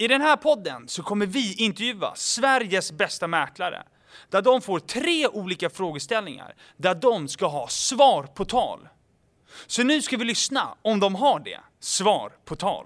I den här podden så kommer vi intervjua Sveriges bästa mäklare. Där de får 3 olika frågeställningar. Där de ska ha svar på tal. Så nu ska vi lyssna om de har det. Svar på tal.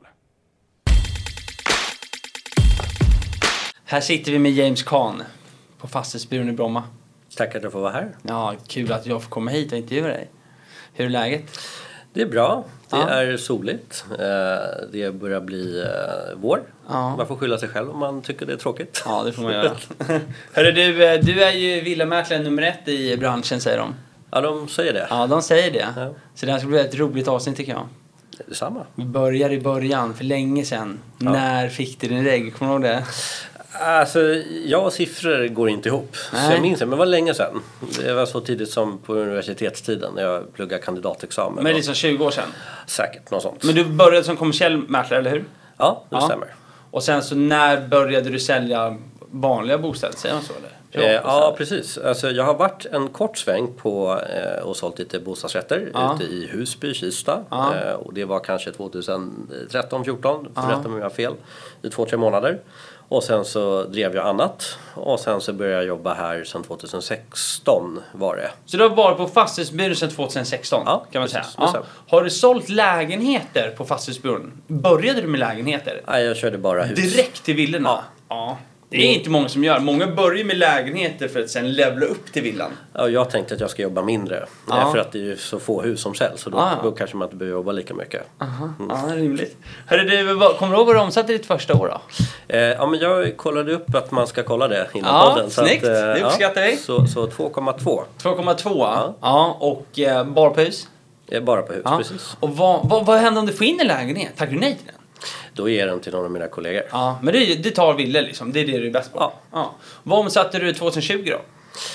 Här sitter vi med James Kahn på Fastighetsbyrån i Bromma. Tack att du får vara här. Ja, kul att jag får komma hit och intervjua dig. Hur är läget? Det är bra. Det är soligt. Det börjar bli vår. Ja. Man får skylla sig själv om man tycker det är tråkigt. Ja, det får man göra. Hörru, du är ju villamäklare nummer 1 i branschen, säger de. Ja, de säger det. Ja, de säger det. Ja. Så det här ska bli ett roligt avsnitt, tycker jag. Detsamma. Vi börjar i början, för länge sedan. Ja. När fick du din regg? Kommer du ihåg det? Alltså, jag och siffror går inte ihop. Nej. Så jag minns det, men det var länge sedan. Det var så tidigt som på universitetstiden när jag pluggade kandidatexamen. Men det är så 20 år sedan? Säkert, något sånt. Men du började som kommersiell mäklare, eller hur? Ja, det stämmer. Och sen så när började du sälja vanliga bostäder, säger man så eller? Ja, precis. Alltså, jag har varit en kort sväng på och sålt lite bostadsrätter ute i Husby, Kista. Och det var kanske 2013-14, rätta mig om jag har fel, i 2-3 månader. Och sen så drev jag annat. Och sen så började jag jobba här sedan 2016 var det. Så du har varit på Fastighetsbyrån sedan 2016, kan man säga? Ja. Har du sålt lägenheter på Fastighetsbyrån? Började du med lägenheter? Nej, jag körde bara hus. Direkt till villorna? Ja. Det är inte många som gör. Många börjar med lägenheter för att sen levla upp till villan. Ja, jag tänkte att jag ska jobba mindre. För att det är ju så få hus som säljs. Så då kanske man inte behöver jobba lika mycket. Ja, rimligt. Hörru du, kommer du ihåg vad du omsatte ditt första år då? Ja, men jag kollade upp att man ska kolla det innan podden. Snyggt. Det uppskattar vi. Så 2,2. 2,2? Ja. Och bara på hus? Bara på hus, precis. Och vad händer om du får in en lägenhet? Tackar du nej till den? Då ger den till någon av mina kollegor. Ja, men det tar villor liksom. Det är det du är bäst på. Ja. Vad omsatte du 2020 då?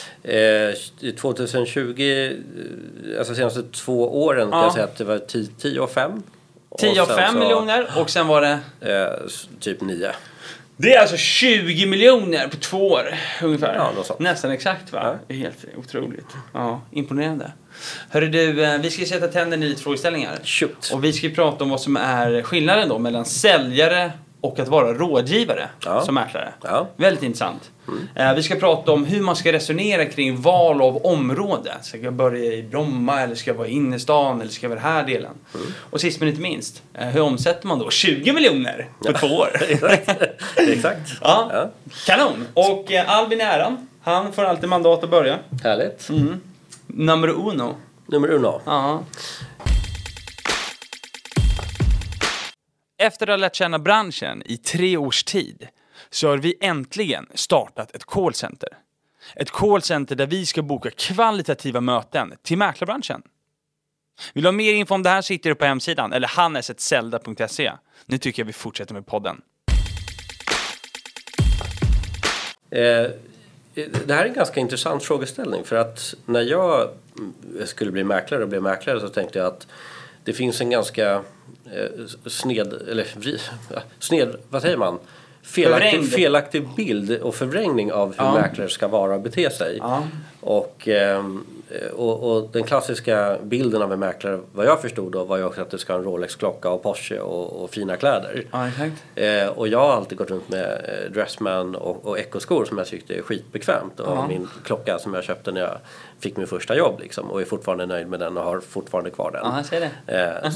2020, alltså senaste 2 åren kan jag säga att det var 10 och 5. 10 och 5 miljoner och sen var det? Typ 9. Det är alltså 20 miljoner på 2 år ungefär. Ja, något sånt. Nästan exakt, va? Det är helt otroligt. Ja, imponerande. Hörru du, vi ska sätta tänderna i lite frågeställningar. Shoot. Och vi ska prata om vad som är skillnaden då mellan säljare och att vara rådgivare som mäklare. Ja. Väldigt intressant. Vi ska prata om hur man ska resonera kring val av område. Ska jag börja i Bromma eller ska jag vara i innerstan eller ska jag vara den här delen? Och sist men inte minst, hur omsätter man då 20 miljoner på 2 år? Exakt. Ja. Kanon. Och Albin Äran, han får alltid mandat att börja. Härligt. Nummer uno. Ja. Efter att ha lärt känna branschen i 3 års tid så har vi äntligen startat ett callcenter. Ett callcenter där vi ska boka kvalitativa möten till mäklarbranschen. Vill du ha mer info om det här så hittar du på hemsidan eller hannes@zelda.se. Nu tycker jag vi fortsätter med podden. Det här är en ganska intressant frågeställning för att när jag skulle bli mäklare och blev mäklare så tänkte jag att det finns en ganska vad säger man? Felaktig bild och förvrängning av hur mäklare ska vara och bete sig. Och den klassiska bilden av en mäklare, vad jag förstod då, var ju också att du ska ha en Rolex-klocka och Porsche och fina kläder. Och jag har alltid gått runt med Dressman och Echo-skor som jag tyckte är skitbekvämt. Och min klocka som jag köpte när jag fick min första jobb liksom, och är fortfarande nöjd med den och har fortfarande kvar den. Jag ser det.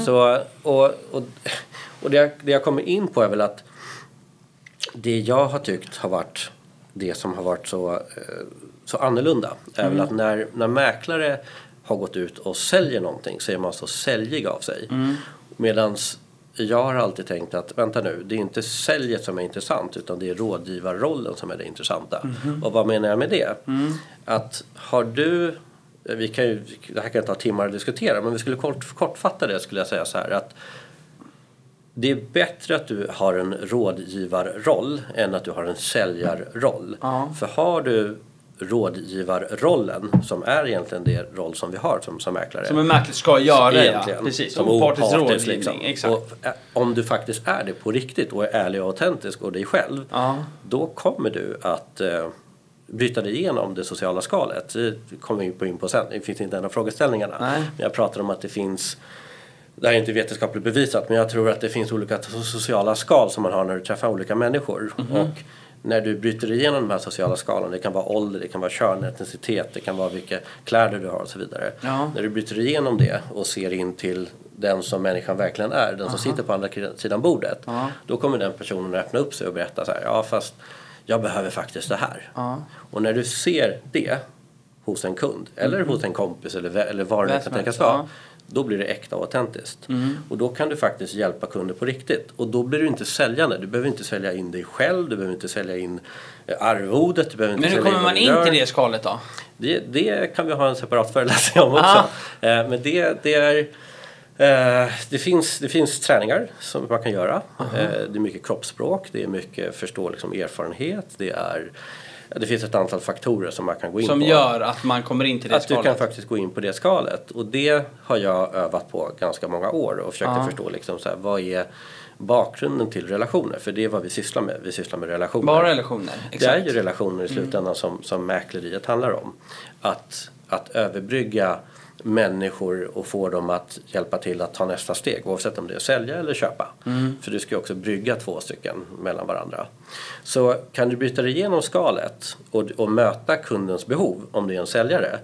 Och det jag kommer in på är väl att det jag har tyckt har varit det som har varit så annorlunda är väl att när mäklare har gått ut och säljer någonting så är man så säljig av sig. Medans jag har alltid tänkt att vänta nu, det är inte säljet som är intressant utan det är rådgivarrollen som är det intressanta. Och vad menar jag med det? Att har du, det här kan jag ta timmar att diskutera, men vi skulle kortfatta det skulle jag säga så här att det är bättre att du har en rådgivarroll än att du har en säljarroll. För har du rådgivarrollen som är egentligen det roll som vi har som mäklare. Som en mäklare ska göra, egentligen. Precis. Som opartisk rådgivning. Liksom. Exakt. Och om du faktiskt är det på riktigt och är ärlig och autentisk och dig själv, då kommer du att bryta dig igenom det sociala skalet. Det kommer vi in på sen. Det finns inte en av frågeställningarna. Men jag pratar om att det finns det här är inte vetenskapligt bevisat, men jag tror att det finns olika sociala skal som man har när du träffar olika människor. Och när du bryter igenom de här sociala skalan, det kan vara ålder, det kan vara kön, etnicitet, det kan vara vilka kläder du har och så vidare. Ja. När du bryter igenom det och ser in till den som människan verkligen är, den som sitter på andra sidan bordet, då kommer den personen att öppna upp sig och berätta så här: ja, fast jag behöver faktiskt det här. Och när du ser det hos en kund eller hos en kompis eller vad det kan tänkas vara, då blir det äkta och autentiskt. Och då kan du faktiskt hjälpa kunder på riktigt. Och då blir du inte säljande. Du behöver inte sälja in dig själv. Du behöver inte sälja in arvodet. Du behöver inte. Men hur kommer man in till det skalet då? Det kan vi ha en separat föreläsning om också. Men det finns träningar som man kan göra. Det är mycket kroppsspråk. Det är mycket erfarenhet. Det finns ett antal faktorer som man kan gå in på. Som gör att man kommer in till det skalet. Att du kan faktiskt gå in på det skalet. Och det har jag övat på ganska många år. Och försökt förstå vad är bakgrunden till relationer. För det är vad vi sysslar med. Vi sysslar med relationer. Bara relationer. Exakt. Det är ju relationer i slutändan som mäkleriet handlar om. Att överbrygga människor och få dem att hjälpa till att ta nästa steg, oavsett om det är sälja eller köpa. För du ska också brygga 2 stycken mellan varandra. Så kan du bryta igenom skalet och möta kundens behov, om det är en säljare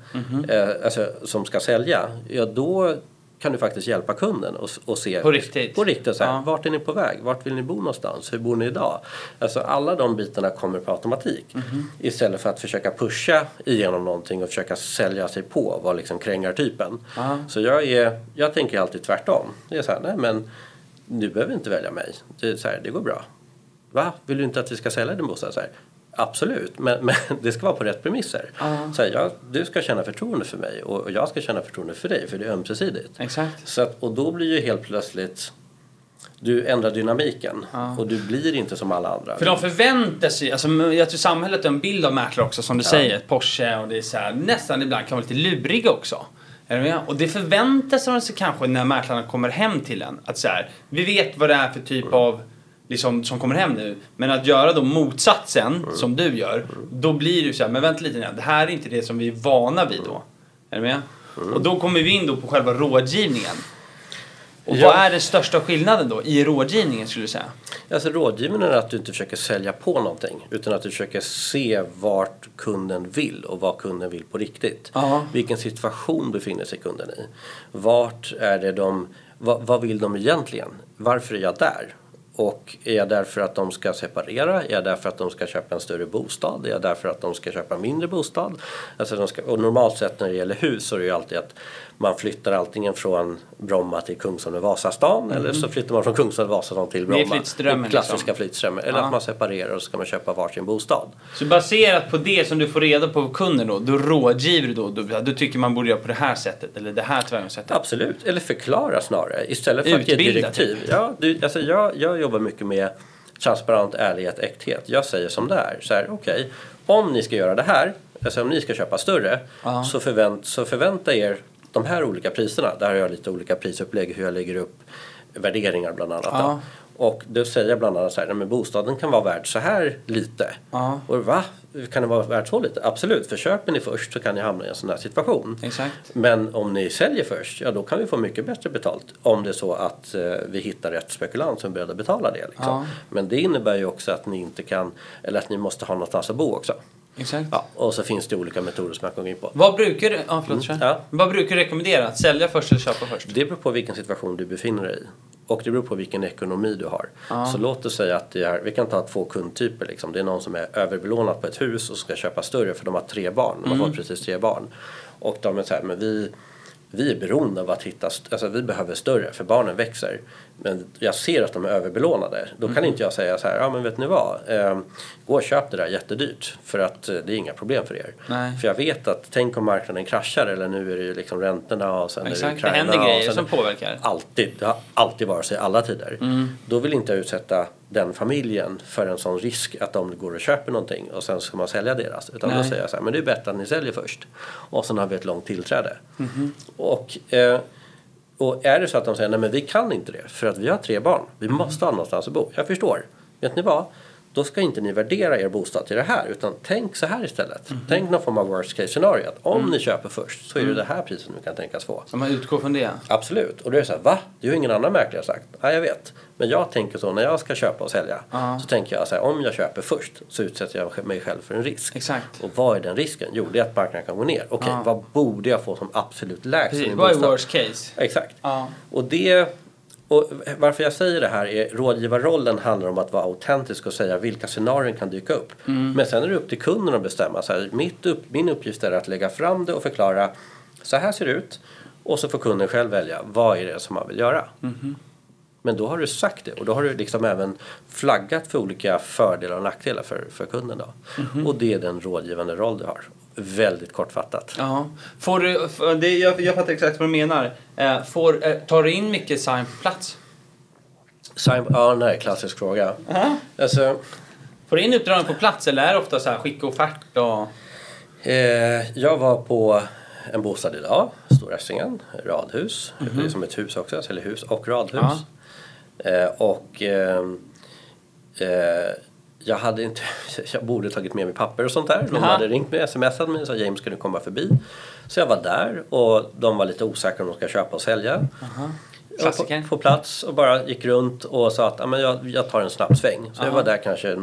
som ska sälja, då kan du faktiskt hjälpa kunden och se på riktigt så här, vart är ni på väg? Vart vill ni bo någonstans? Hur bor ni idag? Alltså alla de bitarna kommer på automatik. Istället för att försöka pusha igenom någonting och försöka sälja sig på, vara krängartypen. Så jag tänker alltid tvärtom. Det är så här, nej men du behöver inte välja mig. Det är så här, det går bra. Va? Vill du inte att vi ska sälja din bostad? Så här, absolut, men det ska vara på rätt premisser. Så här, du ska känna förtroende för mig och jag ska känna förtroende för dig, för det är ömsesidigt. Exakt. Så och då blir ju helt plötsligt du ändrar dynamiken och du blir inte som alla andra. För de förväntar sig, jag tror samhället är en bild av mäklare också, som du säger, Porsche, och det är så här, nästan ibland kan vara lite luriga också. Och det förväntar sig kanske när mäklarna kommer hem till en, att så här, vi vet vad det är för typ av som kommer hem nu, men att göra då motsatsen som du gör, då blir det så här, men vänta lite nu, det här är inte det som vi är vana vid då. Är du med? Och då kommer vi in då på själva rådgivningen. Och vad är den största skillnaden då i rådgivningen, skulle du säga? Alltså rådgivningen är att du inte försöker sälja på någonting, utan att du försöker se vart kunden vill och vad kunden vill på riktigt. Vilken situation befinner sig kunden i? Vart är det vad vill de egentligen? Varför är jag där? Och är jag där för att de ska separera? Är jag där för att de ska köpa en större bostad? Är jag där för att de ska köpa en mindre bostad? Alltså och normalt sett när det gäller hus så är det ju alltid att man flyttar antingen från Bromma till Kungsholm och Vasastan, eller så flyttar man från Kungsholm och Vasastan till Bromma. Det är flyttströmmen, klassiska flyttströmmen. Eller att man separerar och så ska man köpa varsin bostad. Så baserat på det som du får reda på kunden då rådgiver du då tycker man borde göra på det här sättet eller det här tillvägagångssättet? Absolut, eller förklara snarare istället för att ge direktiv. Jag jobbar mycket med transparent, ärlighet, äkthet. Jag säger som det är. Så här, okej, om ni ska göra det här, alltså om ni ska köpa större, så förvänta er de här olika priserna. Där har jag lite olika prisupplägg, hur jag lägger upp värderingar bland annat. Och då säger jag bland annat så här, men bostaden kan vara värd så här lite. Och va? Kan det vara värt så lite? Absolut, för köper ni först så kan ni hamna i en sån här situation. Exakt. Men om ni säljer först, då kan vi få mycket bättre betalt. Om det är så att vi hittar rätt spekulant som börjar betala det. Men det innebär ju också att ni inte kan, eller att ni måste ha någonstans att bo också. Exakt. Och så finns det olika metoder som jag kan gå in på. Vad brukar vad brukar du rekommendera? Att sälja först eller köpa först? Det beror på vilken situation du befinner dig i. Och det beror på vilken ekonomi du har. Så låt oss säga att vi kan ta 2 kundtyper. Det är någon som är överbelånat på ett hus och ska köpa större för de har 3 barn. De har fått precis 3 barn. Och de är så här, men vi är beroende av att vi behöver större för barnen växer. Men jag ser att de är överbelånade. Då kan inte jag säga så här, men vet ni vad? Gå och köp det där jättedyrt. För att det är inga problem för er. Nej. För jag vet att, tänk om marknaden kraschar. Eller nu är det ju räntorna och sen är det Ukraina. Det händer grejer som påverkar. Alltid. Det har alltid varit så i alla tider. Då vill inte jag utsätta den familjen för en sån risk att de går och köper någonting och sen ska man sälja deras. Utan då säger jag så här, men det är bättre att ni säljer först. Och sen har vi ett långt tillträde. Och är det så att de säger, nej men vi kan inte det för att vi har 3 barn. Vi måste ha någonstans att bo. Jag förstår. Vet ni vad? då ska inte ni värdera er bostad till det här, utan tänk så här istället. Tänk någon form av worst case scenario. Om ni köper först så är det här priset ni kan tänkas få. Så man utgår från det? Absolut. Och då är det så här, va? Det är ju ingen annan mäklare sagt. Ja, jag vet. Men jag tänker så, när jag ska köpa och sälja så tänker jag så här, om jag köper först så utsätter jag mig själv för en risk. Exakt. Och vad är den risken? Jo, det är att marknaden kan gå ner. Okej, vad borde jag få som absolut lägst? Precis, vad är worst case? Exakt. Och varför jag säger det här är rådgivarrollen handlar om att vara autentisk och säga vilka scenarion kan dyka upp. Men sen är det upp till kunden att bestämma. Så här, min uppgift är att lägga fram det och förklara så här ser det ut. Och så får kunden själv välja vad är det som man vill göra. Men då har du sagt det och då har du liksom även flaggat för olika fördelar och nackdelar för kunden då. Och det är den rådgivande roll du har. Väldigt kortfattat. Ja. Jag fattar exakt vad du menar. Tar du in mycket sign på plats? Nej, klassisk fråga. Alltså, får du in uppdragen på plats eller är det ofta så här skicka offert och... jag var på en bostad idag, Stora Essingen, radhus. Det är som ett hus också, jag säljer hus och radhus. Jag borde tagit med mig papper och sånt där. De hade ringt mig, smsat mig och sa James skulle komma förbi. Så jag var där och de var lite osäkra om de ska köpa och sälja. På plats och bara gick runt och sa att jag tar en snabb sväng. Så jag var där kanske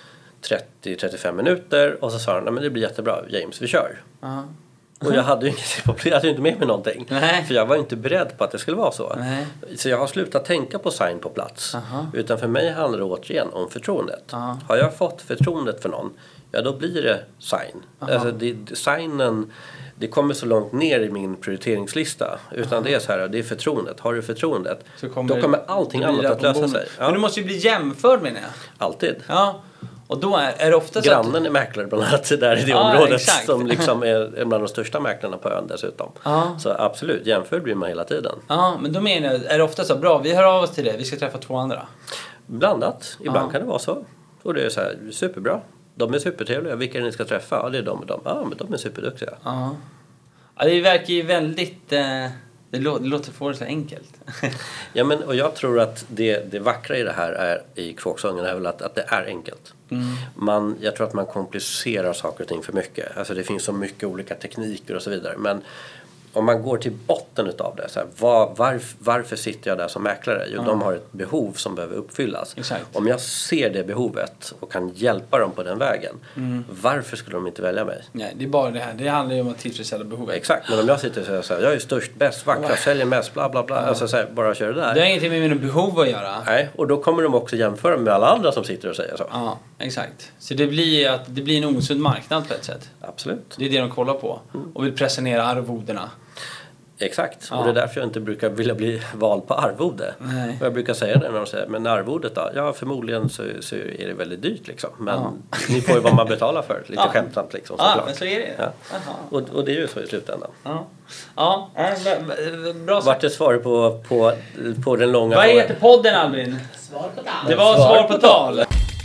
30-35 minuter och så sa de det blir jättebra James, vi kör. Och jag hade ju inte med mig någonting. Nej. För jag var inte beredd på att det skulle vara så. Nej. Så jag har slutat tänka på sign på plats. Utan för mig handlar det återigen om förtroendet. Har jag fått förtroendet för någon, ja då blir det sign. Alltså signen, det kommer så långt ner i min prioriteringslista. Utan det är så här, det är förtroendet. Har du förtroendet, då kommer allting annat att lösa sig. Men du måste ju bli jämförd med det. Alltid. Ja. Och då är det ofta så grannen är mäklare bland annat där i det området exakt. Som liksom är bland de största mäklarna på ön dessutom. Så absolut, jämför blir man hela tiden. Ja, men då menar jag, är det ofta så bra, vi hör av oss till det, vi ska träffa 2 andra. Blandat, ibland kan det vara så. Och det är så här, superbra. De är supertrevliga, vilka ni ska träffa? Ja, det är de och de. Ja, men de är superduktiga. Ja, det verkar ju väldigt... Det låter för så enkelt. Ja, men och jag tror att det vackra i det här är i kråksången är väl att det är enkelt. Jag tror att man komplicerar saker och ting för mycket. Alltså det finns så mycket olika tekniker och så vidare. Men om man går till botten utav det, så här, varför sitter jag där som mäklare? Jo, de har ett behov som behöver uppfyllas. Exakt. Om jag ser det behovet och kan hjälpa dem på den vägen, varför skulle de inte välja mig? Nej, det är bara det här. Det handlar ju om att tillfredsställa behovet. Exakt, men om jag sitter och säger så här, jag är störst, bäst, vackrast, säljer mest, bla bla bla. Alltså så här, bara kör det där. Det har ingenting med mina behov att göra. Nej, och då kommer de också jämföra med alla andra som sitter och säger så. Ja, exakt. Så det blir en osund marknad på ett sätt. Absolut. Det är det de kollar på. Och vill pressa ner arvodena. Exakt, och det är därför jag inte brukar vilja bli vald på arvode. Nej. Och jag brukar säga det när de säger, men arvodet då? Ja, förmodligen så är det väldigt dyrt liksom. Men ni får ju vad man betalar för, lite skämtsamt liksom. Ja, men så är det. Ja. Och det är ju så i slutändan. Ja, bra sagt. Vart är svar på den långa... Vad heter podden, Albin? Svar på tal. Det var svar på tal.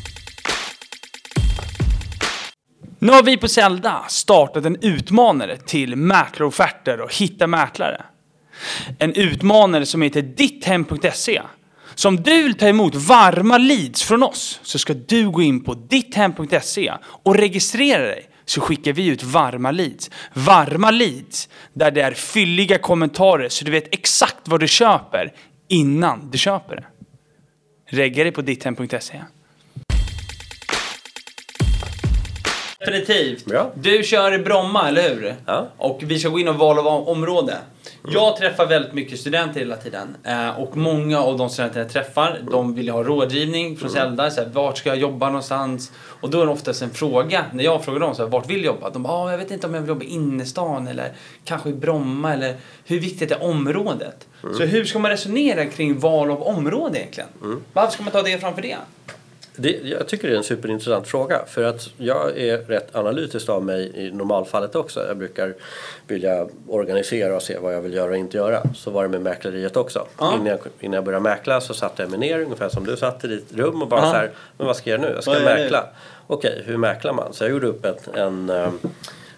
Nu har vi på Zelda startat en utmanare till mäklarofferter och hitta mäklare. En utmanare som heter ditthem.se. Så om du vill ta emot varma leads från oss så ska du gå in på ditthem.se och registrera dig, så skickar vi ut varma leads. Varma leads där det är fylliga kommentarer så du vet exakt vad du köper innan du köper det. Regga dig på ditthem.se. Definitivt. Bra. Du kör i Bromma, eller hur? Ja. Och vi ska gå in och val av område. Jag träffar väldigt mycket studenter hela tiden. Och många av de studenter jag träffar, de vill ha rådgivning från Zelda. Så här, vart ska jag jobba någonstans? Och då är det oftast en fråga. När jag frågar dem så här, vart vill jag jobba? De bara, jag vet inte om jag vill jobba i innerstan eller kanske i Bromma. Eller hur viktigt är området? Så hur ska man resonera kring val av område egentligen? Varför ska man ta det framför det? Jag tycker det är en superintressant fråga. För att jag är rätt analytisk av mig i normalfallet också. Jag brukar vilja organisera och se vad jag vill göra och inte göra. Så var det med mäkleriet också. Innan jag började mäkla så satt jag mig ner ungefär som du satt i ditt rum och bara så här, men vad ska jag nu? Jag ska mäkla. Okej, hur mäklar man? Så jag gjorde upp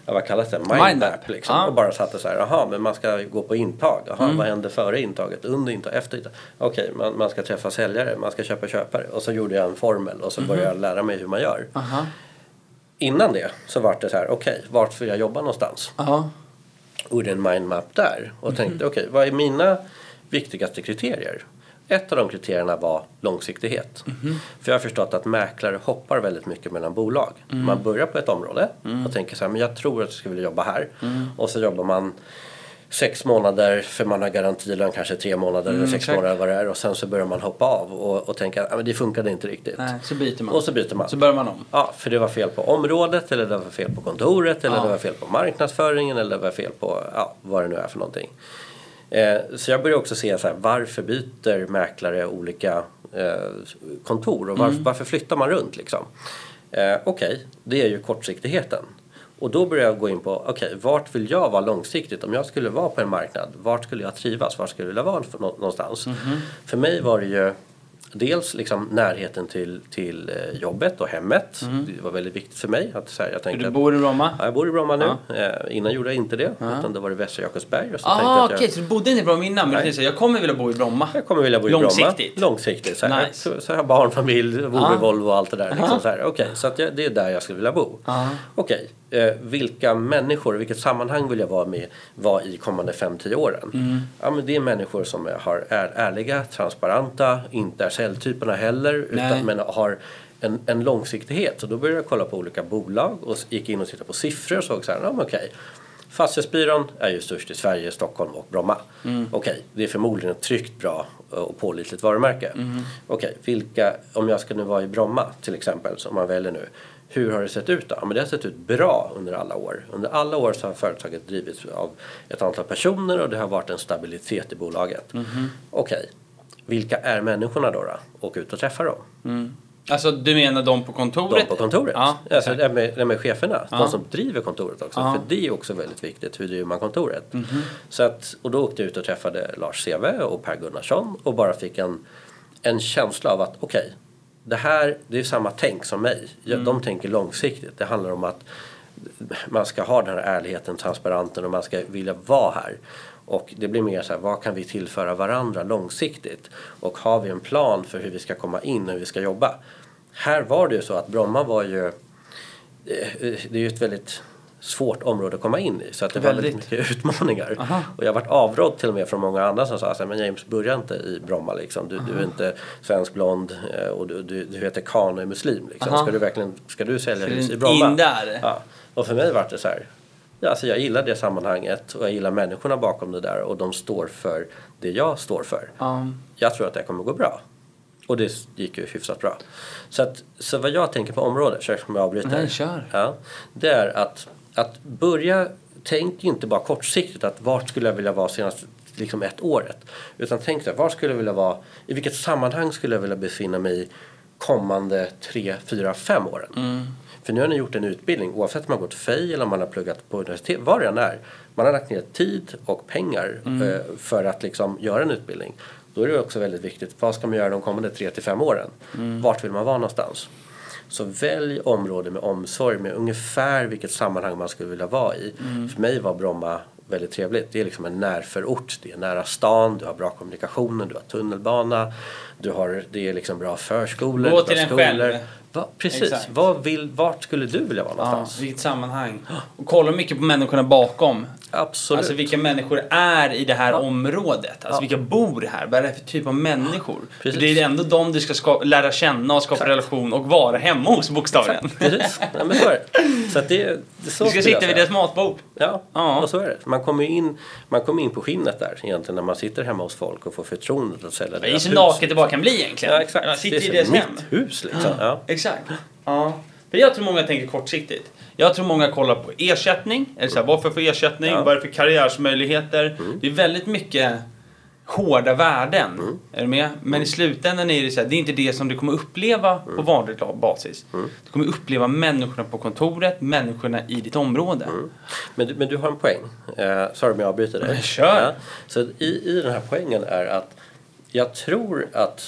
vad kallas det? Mindmap liksom. Och bara satte så här, jaha, men man ska gå på intag. Jaha, vad händer före intaget, under intag, efter intag? Okej, man ska träffa säljare, man ska köpa köpare. Och så gjorde jag en formel och så började jag lära mig hur man gör. Innan det så var det så här, okej, vart vill jag jobba någonstans? Gjorde en mindmap där och tänkte, okej, vad är mina viktigaste kriterier? Ett av de kriterierna var långsiktighet. För jag har förstått att mäklare hoppar väldigt mycket mellan bolag. Man börjar på ett område och tänker så här, men jag tror att jag skulle vilja jobba här. Och så jobbar man 6 månader för man har garantilön, kanske 3 månader eller 6 månader vad det är. Och sen så börjar man hoppa av och tänka att det funkade inte riktigt. Nej, så byter man. Och så byter man. Så börjar man om. Ja, för det var fel på området eller det var fel på kontoret eller det var fel på marknadsföringen eller det var fel på vad det nu är för någonting. Så jag börjar också se så här, varför byter mäklare olika kontor och varför flyttar man runt liksom. Okej, det är ju kortsiktigheten. Och då börjar jag gå in på, vart vill jag vara långsiktigt? Om jag skulle vara på en marknad, vart skulle jag trivas? Vart skulle jag vara någonstans? För mig var det ju dels liksom närheten till jobbet och hemmet. Det var väldigt viktigt för mig. Att, så här, jag tänkte du bor i Bromma? Ja, jag bor i Bromma nu. Innan gjorde jag inte det. Utan det var i Västra Jakobsberg. Okej, så du bodde inte i Bromma innan? Men jag kommer vilja bo i Bromma. Jag kommer vilja bo i Bromma. Långsiktigt. Så, här, nice. så jag har barnfamilj, bor i Volvo och allt det där. Liksom, så att det är där jag skulle vilja bo. Vilka människor, vilket sammanhang vill jag vara i kommande 5-10 åren? Ja, men det är människor som är ärliga, transparenta, inte är säljtyperna heller, men har en långsiktighet. Så då började jag kolla på olika bolag och gick in och tittade på siffror och såg så här, Fastighetsbyrån är ju störst i Sverige, Stockholm och Bromma. Det är förmodligen ett tryggt, bra och pålitligt varumärke. Om jag ska nu vara i Bromma till exempel, som man väljer nu, hur har det sett ut då? Men det har sett ut bra under alla år. Under alla år så har företaget drivits av ett antal personer och det har varit en stabilitet i bolaget. Vilka är människorna då? Och ut och träffa dem. Alltså du menar de på kontoret? De på kontoret. Ja, alltså de är cheferna. De som driver kontoret också. För det är också väldigt viktigt. Hur driver man kontoret? Så att, och då åkte jag ut och träffade Lars Seve och Per Gunnarsson. Och bara fick en känsla av att det här, det är samma tänk som mig. De tänker långsiktigt. Det handlar om att man ska ha den här ärligheten, transparensen och man ska vilja vara här. Och det blir mer så här, vad kan vi tillföra varandra långsiktigt? Och har vi en plan för hur vi ska komma in och hur vi ska jobba? Här var det ju så att Bromma var ju, det är ju ett väldigt svårt område att komma in i. Så att det var väldigt mycket utmaningar. Och jag har varit avrådd till och med från många andra som sa, men James, börja inte i Bromma liksom. Du är inte svensk blond och du heter Khan och är muslim liksom. Ska du sälja hus i Bromma? In där. Ja. Och för mig var det så här, alltså jag gillar det sammanhanget och jag gillar människorna bakom det där och de står för det jag står för. Jag tror att det kommer gå bra. Och det gick ju hyfsat bra. Så vad jag tänker på området, som jag avbryter. Det är att börja, tänk inte bara kortsiktigt att vart skulle jag vilja vara senast liksom ett året. Utan tänk så här, var skulle jag vilja vara, i vilket sammanhang skulle jag vilja befinna mig kommande 3, 4, 5 åren. För nu har ni gjort en utbildning, oavsett om man har gått FEI eller om man har pluggat på universitet, var det än är. Man har lagt ner tid och pengar för att liksom göra en utbildning. Då är det också väldigt viktigt, vad ska man göra de kommande 3-5 åren? Vart vill man vara någonstans? Så välj område med omsorg, med ungefär vilket sammanhang man skulle vilja vara i. För mig var Bromma väldigt trevligt. Det är liksom en närförort, det är nära stan, du har bra kommunikationer, du har tunnelbana, det är liksom bra förskolor. Gå till en själv. Precis, vart skulle du vilja vara någonstans? Vilket sammanhang. Och kolla mycket på människorna bakom. Absolut. Alltså vilka människor är i det här området. Alltså vilka bor här. Vad är det för typ av människor? För det är ändå de du ska lära känna och skapa relation och vara hemma hos bokstavligen. Precis, men så är det. Så att det så du ska sitta vid deras matbord. Ja, och så är det. Man kommer in på skinnet där egentligen när man sitter hemma hos folk och får förtroendet att sälja deras hus. Det är så naket det bara kan bli egentligen. Ja, exakt. Man sitter det är i deras hem. Mitt hus liksom. Ja. Exakt. Ja. För jag tror många tänker kortsiktigt. Jag tror många kollar på ersättning. Eller så här, varför får ersättning? Vad är det för karriärsmöjligheter? Det är väldigt mycket hårda värden. Är du med? Men i slutändan är det så här, det är inte det som du kommer uppleva på vanlig basis. Du kommer uppleva människorna på kontoret, människorna i ditt område. Men du har en poäng. Sorry om jag avbryter dig. Kör! Så i den här poängen är att jag tror att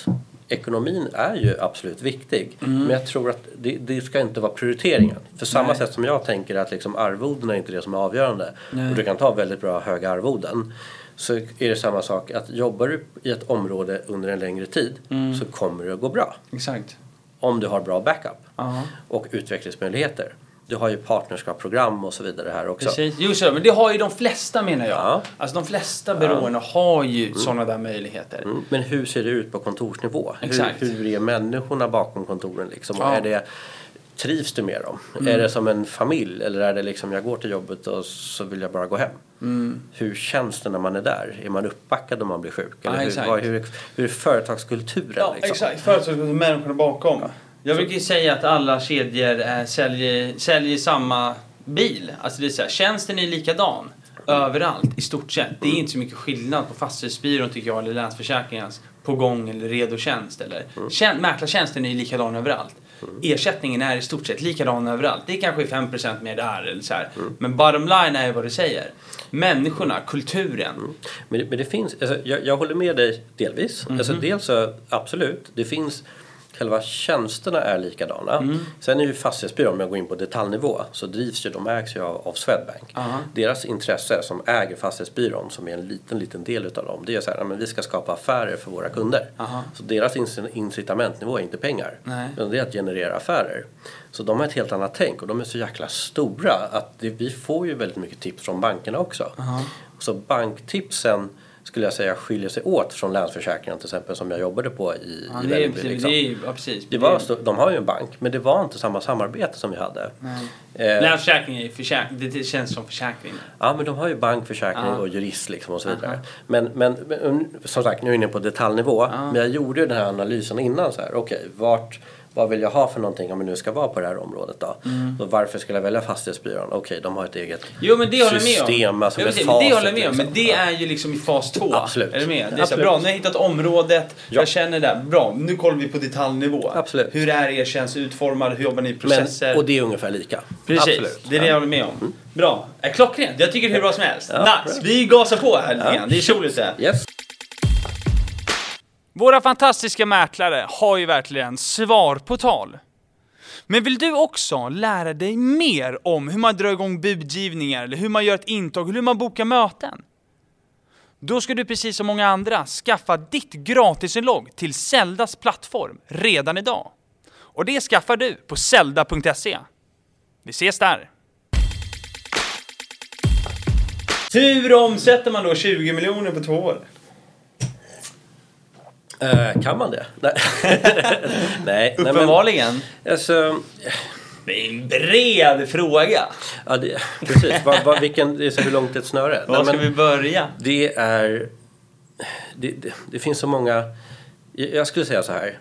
ekonomin är ju absolut viktig. Men jag tror att det ska inte vara prioriteringen. För samma sätt som jag tänker att liksom arvodena är inte det som är avgörande. Och du kan ta väldigt bra höga arvoden. Så är det samma sak att jobbar du i ett område under en längre tid så kommer det att gå bra. Exakt. Om du har bra backup och utvecklingsmöjligheter. Du har ju partnerskapsprogram och så vidare här också. Precis. Jo, så, men det har ju de flesta menar jag. Ja. Alltså de flesta byråerna har ju sådana där möjligheter. Men hur ser det ut på kontorsnivå? Exakt. Hur är människorna bakom kontoren liksom? Och trivs du med dem? Är det som en familj? Eller är det liksom jag går till jobbet och så vill jag bara gå hem? Hur känns det när man är där? Är man uppbackad om man blir sjuk? Eller hur är företagskulturen? Ja, liksom? exakt. Företagskulturen, människorna bakom. Ja. Jag brukar ju säga att alla kedjor säljer samma bil. Alltså det är så här, tjänsten är likadan överallt i stort sett. Det är inte så mycket skillnad på fastighetsbyrån tycker jag eller Länsförsäkringens på gång eller redo tjänst eller mäklartjänsten är ju likadan överallt. Ersättningen är i stort sett likadan överallt. Det är kanske 5% mer där eller så här. Men bottom line är vad du säger. Människorna, kulturen. Men det finns, alltså, jag håller med dig delvis. Alltså, dels så, absolut, det finns själva tjänsterna är likadana. Sen är ju fastighetsbyrån, om jag går in på detaljnivå, så drivs ju, de ägs ju av Swedbank. Deras intresse som äger fastighetsbyrån, som är en liten del utav dem, det är så här, men vi ska skapa affärer för våra kunder. Så deras incitamentnivå är inte pengar, utan det är att generera affärer. Så de har ett helt annat tänk och de är så jäkla stora att vi får ju väldigt mycket tips från bankerna också. Så banktipsen skulle jag säga skiljer sig åt från Länsförsäkringen till exempel som jag jobbade på i Vällingby. Precis. De har ju en bank, men det var inte samma samarbete som vi hade. Länsförsäkringen är det känns som försäkring. Ja, men de har ju bankförsäkring och jurist liksom och så vidare. Men som sagt, nu är jag inne på detaljnivå. Men jag gjorde den här analysen innan så här, okej, vad vill jag ha för någonting om jag nu ska vara på det här området då? Och varför skulle jag välja fastighetsbyrån? Okej, de har ett eget system. Alltså det håller jag med om. Men det är ju liksom i fas 2. Absolut. Är du med? Det är så bra, nu har jag hittat området. Jag känner det. Bra, nu kollar vi på detaljnivå. Absolut. Hur är er tjänst utformad? Hur jobbar ni i processer? Och det är ungefär lika. Precis, absolut. Det är det jag håller med om. Bra, klockrent. Jag tycker det är hur bra som helst. Nice, vi gasar på här lite grann. Det är soligt det. Yes. Våra fantastiska mäklare har ju verkligen svar på tal. Men vill du också lära dig mer om hur man drar igång budgivningar eller hur man gör ett intag, hur man bokar möten? Då ska du precis som många andra skaffa ditt gratisinlogg till Zeldas plattform redan idag. Och det skaffar du på zelda.se. Vi ses där! Hur omsätter man då 20 miljoner på 2 år? Kan man det? Nej. Uppenbarligen. Alltså, det är en bred fråga. Ja, precis. Det är så hur långt ett snöre? Var ska vi börja? Det finns så många. Jag skulle säga så här.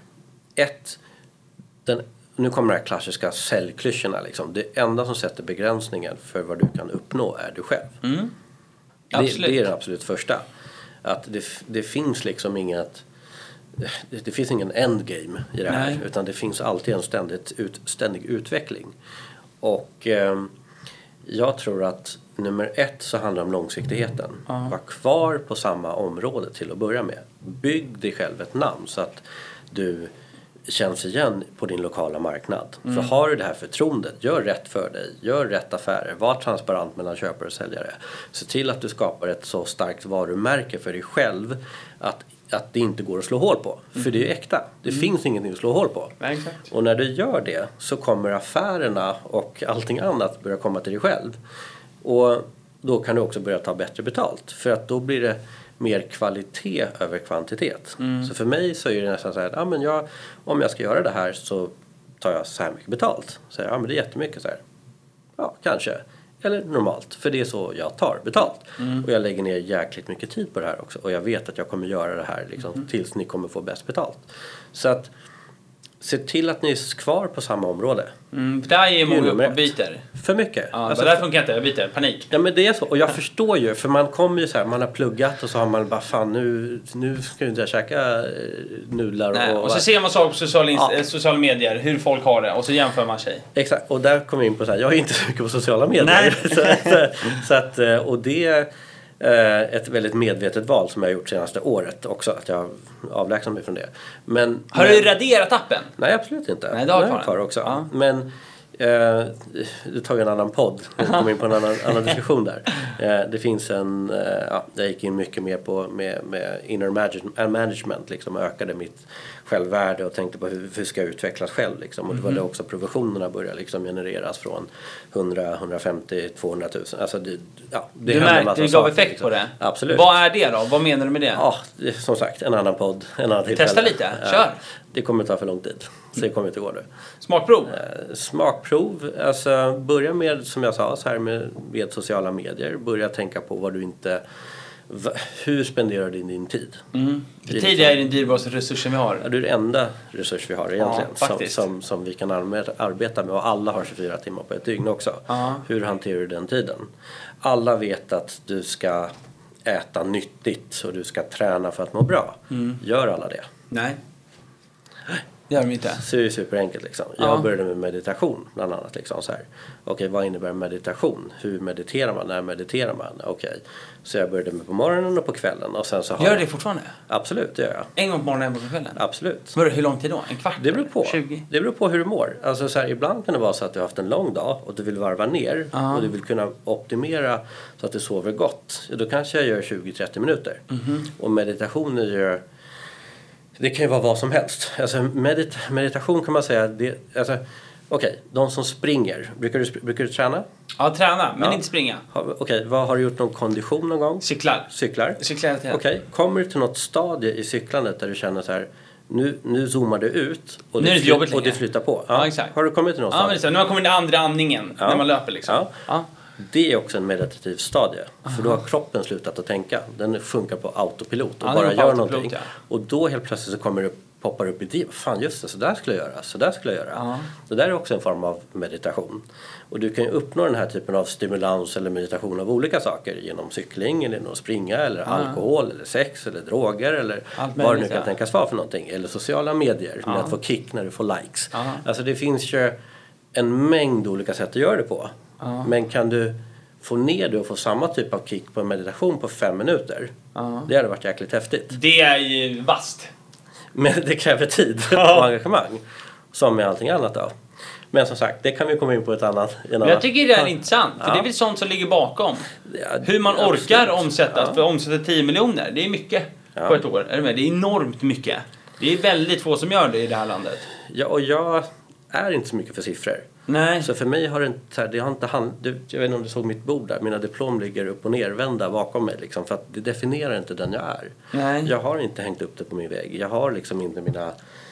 Nu kommer de här klassiska säljklyschorna. Liksom. Det enda som sätter begränsningen för vad du kan uppnå är du själv. Det är den absolut första. Att det finns liksom inget. Det finns ingen endgame i det här. Utan det finns alltid en ständig utveckling. Och jag tror att nummer 1 så handlar det om långsiktigheten. Var kvar på samma område till att börja med. Bygg dig själv ett namn så att du känns igen på din lokala marknad. För har du det här förtroendet, gör rätt för dig, gör rätt affärer, var transparent mellan köpare och säljare. Se till att du skapar ett så starkt varumärke för dig själv att det inte går att slå hål på. För det är äkta. Det finns ingenting att slå hål på. Exakt. Och när du gör det så kommer affärerna och allting annat börja komma till dig själv. Och då kan du också börja ta bättre betalt. För att då blir det mer kvalitet över kvantitet. Så för mig så är det nästan så här att om jag ska göra det här så tar jag så här mycket betalt. Så men det är jättemycket så här. Ja, kanske. Eller normalt. För det är så jag tar betalt. Och jag lägger ner jäkligt mycket tid på det här också. Och jag vet att jag kommer göra det här liksom, tills ni kommer få bäst betalt. Så att se till att ni är kvar på samma område. Där är många upp och byter. För mycket. Ja, alltså, där funkar inte, jag byter, panik. Ja, men det är så. Och jag förstår ju, för man kommer ju så här, man har pluggat och så har man bara, fan nu ska ju inte jag käka nudlar. Och så ser man saker på sociala medier, hur folk har det, och så jämför man sig. Exakt, och där kommer vi in på så här, jag är inte så mycket på sociala medier. så att, och det ett väldigt medvetet val som jag har gjort senaste året också. Att jag avlägsnar mig från det. Har du raderat appen? Nej, absolut inte. Nej, det har jag kvar också. Ja. Men du tar ju en annan podd. Jag kommer in på en annan diskussion där. Det finns jag gick in mycket mer på med inner management liksom, och ökade mitt självvärde och tänkte på hur ska jag utvecklas själv liksom. Och det var då också provisionerna började liksom genereras från 100, 150, 200 000. Alltså det du märkte, det gav effekt liksom. På det? Absolut. Vad är det då? Vad menar du med det? Ja, som sagt, en annan podd, en annan tillfälle. Testa lite, kör! Det kommer ta för lång tid. Så det kommer inte gå nu. Smakprov? Smakprov. Alltså börja med, som jag sa, så här med sociala medier. Börja tänka på vad du inte... Hur spenderar du din tid? Tid är den dyrbaraste resursen vi har. Ja, det är den enda resurs vi har egentligen. Ja, som vi kan arbeta med. Och alla har 24 timmar på ett dygn också. Hur hanterar du den tiden? Alla vet att du ska äta nyttigt och du ska träna för att må bra. Gör alla det? Nej. Det gör de inte. Så det är superenkelt liksom. Jag började med meditation bland annat liksom så här. Okej, vad innebär meditation? Hur mediterar man? När mediterar man? Okej. Så jag började med på morgonen och på kvällen och sen så Gör det fortfarande? Absolut, det gör jag. En gång på morgonen och på kvällen? Absolut. Hur lång tid då? En kvart? Det beror på. 20? Det beror på hur du mår. Alltså så här, ibland kan det vara så att du har haft en lång dag och du vill varva ner och du vill kunna optimera så att du sover gott. Då kanske jag gör 20-30 minuter. Och meditationen gör... Det kan ju vara vad som helst. Alltså meditation kan man säga... Okej, de som springer. Brukar du träna? Ja, träna, men inte springa. Okej, har du gjort någon kondition någon gång? Cyklar. Cyklar okej, kommer du till något stadie i cyklandet där du känner så här... Nu zoomar det ut och det flyttar på. Ja, exakt. Har du kommit till något stadie? Ja, men det är så. Nu har kommit den andra andningen när man löper liksom. Ja. Det är också en meditativ stadie. För då har kroppen slutat att tänka. Den funkar på autopilot och bara gör någonting. Ja. Och då helt plötsligt så poppar upp idé. Fan just det, så där skulle jag göra. Det där är också en form av meditation. Och du kan ju uppnå den här typen av stimulans eller meditation av olika saker. Genom cykling, eller genom att springa, eller alkohol, eller sex, eller droger. Eller vad det nu kan tänkas vara för någonting. Eller sociala medier, med att få kick när du får likes. Alltså det finns ju en mängd olika sätt att göra det på. Men kan du få ner det och få samma typ av kick på en meditation på 5 minuter. Det hade varit jäkligt häftigt. Det är ju vast. Men det kräver tid och engagemang. Som med allting annat då. Men som sagt, det kan vi komma in på ett annat. Jag tycker det är intressant. För det är väl sånt som ligger bakom. Hur man orkar omsätta. För att omsätta 10 miljoner, det är mycket på ett år. Är det med? Det är enormt mycket. Det är väldigt få som gör det i det här landet. Ja, och jag är inte så mycket för siffror. Nej. Så för mig har det har inte jag vet inte om du såg mitt bord där. Mina diplom ligger upp och nervända bakom mig liksom, för att det definierar inte den jag är. Nej. Jag har inte hängt upp det på min vägg. Jag har liksom inte mina...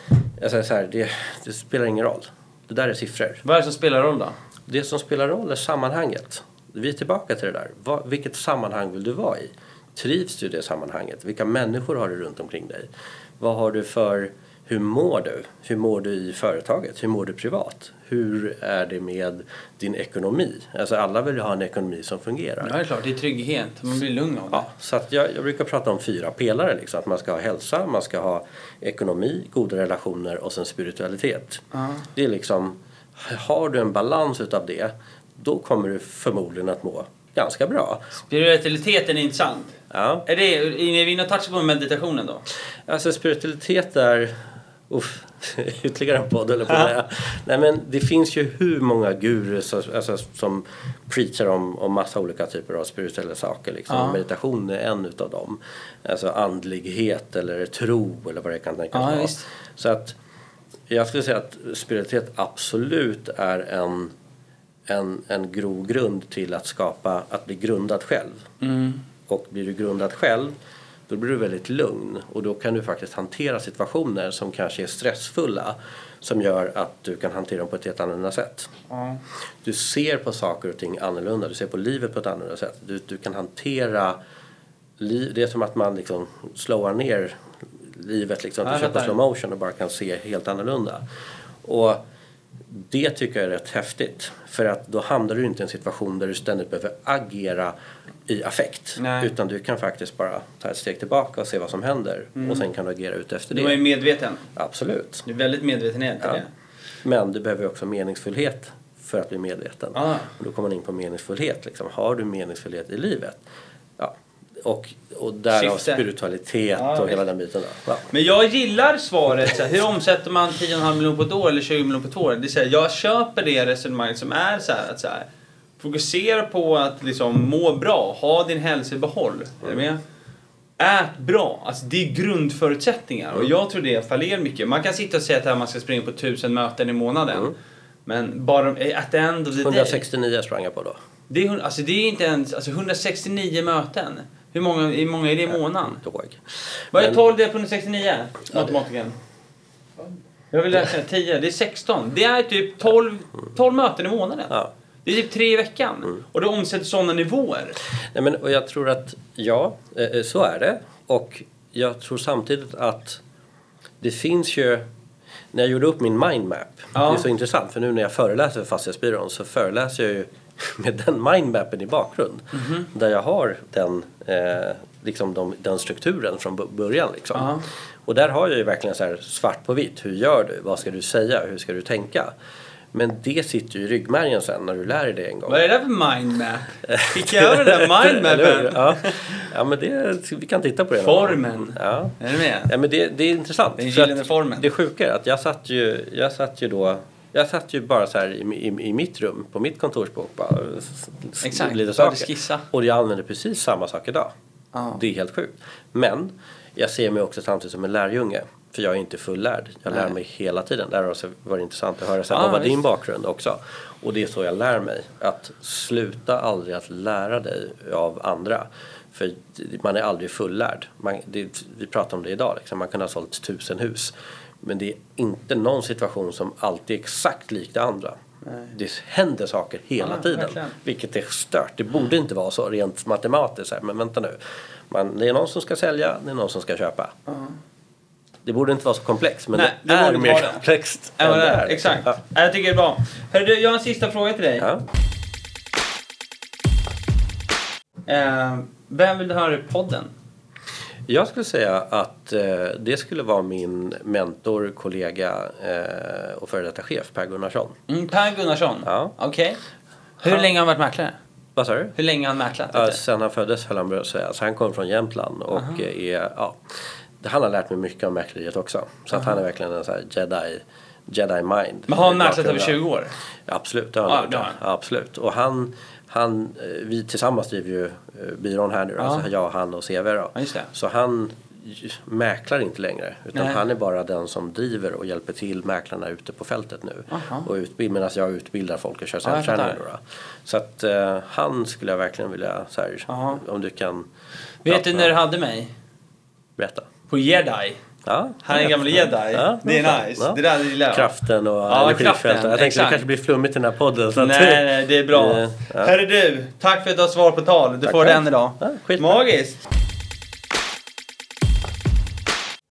det spelar ingen roll. Det där är siffror. Vad är det som spelar roll då? Det som spelar roll är sammanhanget. Vi är tillbaka till det där. Vilket sammanhang vill du vara i? Trivs du i det sammanhanget? Vilka människor har du runt omkring dig? Vad har du för... Hur mår du? Hur mår du i företaget? Hur mår du privat? Hur är det med din ekonomi? Alltså alla vill ju ha en ekonomi som fungerar. Ja, det är klart. Det är trygghet. Man blir lugn av det. Ja, så att jag brukar prata om 4 pelare. Liksom. Att man ska ha hälsa, man ska ha ekonomi, goda relationer och sen spiritualitet. Det är liksom... Har du en balans utav det, då kommer du förmodligen att må ganska bra. Spiritualiteten är intressant. Ja. Är vi inne och touchar på meditationen då? Alltså spiritualitet är... ytterligare en podd eller på det. Nej, men det finns ju hur många gurus som preachar om massa olika typer av spirituella saker liksom. Meditation är en utav dem. Alltså andlighet eller tro eller vad det kan tänkas vara. Visst. Så att jag skulle säga att spiritualitet absolut är en grogrund till att bli grundad själv. Och blir du grundad själv, då blir du väldigt lugn och då kan du faktiskt hantera situationer som kanske är stressfulla, som gör att du kan hantera dem på ett helt annorlunda sätt. Du ser på saker och ting annorlunda, du ser på livet på ett annorlunda sätt. Du kan hantera det är som att man liksom slowar ner livet liksom, du kör på slow motion och bara kan se helt annorlunda. Och det tycker jag är rätt häftigt, för att då hamnar du inte i en situation där du ständigt behöver agera i affekt. Nej. Utan du kan faktiskt bara ta ett steg tillbaka och se vad som händer. Och sen kan du agera ut efter det. Du är medveten. Absolut. Du är väldigt medveten i det. Men du behöver också meningsfullhet för att bli medveten. Och då kommer man in på meningsfullhet. Liksom. Har du meningsfullhet i livet? Ja, och därav spiritualitet och hela den biten. Ja. Men jag gillar svaret. Så hur omsätter man 10,5 miljoner på ett år eller 20 miljoner på ett år? Det är så här, jag köper det resonemanget som är så här, att så här, fokusera på att liksom må bra. Ha din hälsa i behåll. Är du med? Ät bra. Alltså det är grundförutsättningar. Och jag tror det fallerar mycket. Man kan sitta och säga att man ska springa på 1000 möten i månaden. Men bara at the end of the day. 169 sprang jag på då. Det är inte ens 169 möten. Hur många är det i månaden? Vad är 12 del på 169? Matematiken. Jag vill läsa 10. Det är 16. Det är typ 12 möten i månaden. Ja. Det är typ 3 i veckan. Och det omsätter sådana nivåer. Nej, och jag tror att så är det. Och jag tror samtidigt att det finns ju... När jag gjorde upp min mindmap. Det är så intressant. För nu när jag föreläser för Fastighetsbyrån så föreläser jag ju med den mindmappen i bakgrund. Där jag har den strukturen från början. Liksom. Och där har jag ju verkligen så här svart på vitt. Hur gör du? Vad ska du säga? Hur ska du tänka? Men det sitter ju i ryggmärgen sen när du lär dig det en gång. Vad är det för mindmap? Vilka gör den där mindmappen? Ja, men vi kan titta på det. Formen. Ja. Är du med? Ja, men det är intressant. Den gyllene formen. Det sjuka är att jag satt ju bara så här i mitt rum, på mitt kontorsbok. Bara, exakt, lite saker. Skissa. Och jag använder precis samma sak idag. Det är helt sjukt. Men jag ser mig också samtidigt som en lärjunge. För jag är inte fullärd. Jag lär mig hela tiden. Där har det varit intressant att höra. Vad var din bakgrund också? Och det är så jag lär mig. Att sluta aldrig att lära dig av andra. För man är aldrig fullärd. Vi pratar om det idag. Liksom. Man kan ha sålt 1000 hus. Men det är inte någon situation som alltid är exakt lik det andra. Nej. Det händer saker hela tiden. Verkligen. Vilket är stört. Det borde inte vara så rent matematiskt. Men vänta nu. Det är någon som ska sälja. Det är någon som ska köpa. Det borde inte vara så komplext. Men det är mer komplext än det är. Exakt. Ja. Jag tycker det är bra. Hörru du, jag har en sista fråga till dig. Vem vill du höra i podden? Jag skulle säga att det skulle vara min mentor, kollega och före detta chef, Per Gunnarsson. Per Gunnarsson? Ja. Okej. Hur länge har han varit mäklare? Vad sa du? Hur länge har han mäklat? Sen han föddes, höll han börjat säga. Så han kom från Jämtland och han har lärt mig mycket om mäkleriet också. Så att han är verkligen en sån här Jedi mind. Men har han mäklat över 20 år? Absolut, det har han gjort. Absolut. Och vi tillsammans driver ju byrån här nu. Alltså jag, han och CV då. Just det. Så han mäklar inte längre. Utan han är bara den som driver och hjälper till mäklarna ute på fältet nu. Och medan jag utbildar folk och kör säljträning då. Så att han skulle jag verkligen vilja så här, om du kan... Vet du när du hade mig? Berätta. På Jedi. Ja, han är en gammal jedi. Ja, det är nice. Det där gillar jag. Kraften och energifältet. Jag tänkte det kanske blir flummigt i den här podden. Så nej, det är bra. Hörru du, tack för att du har svar på tal. Du får den idag. Ja, magiskt.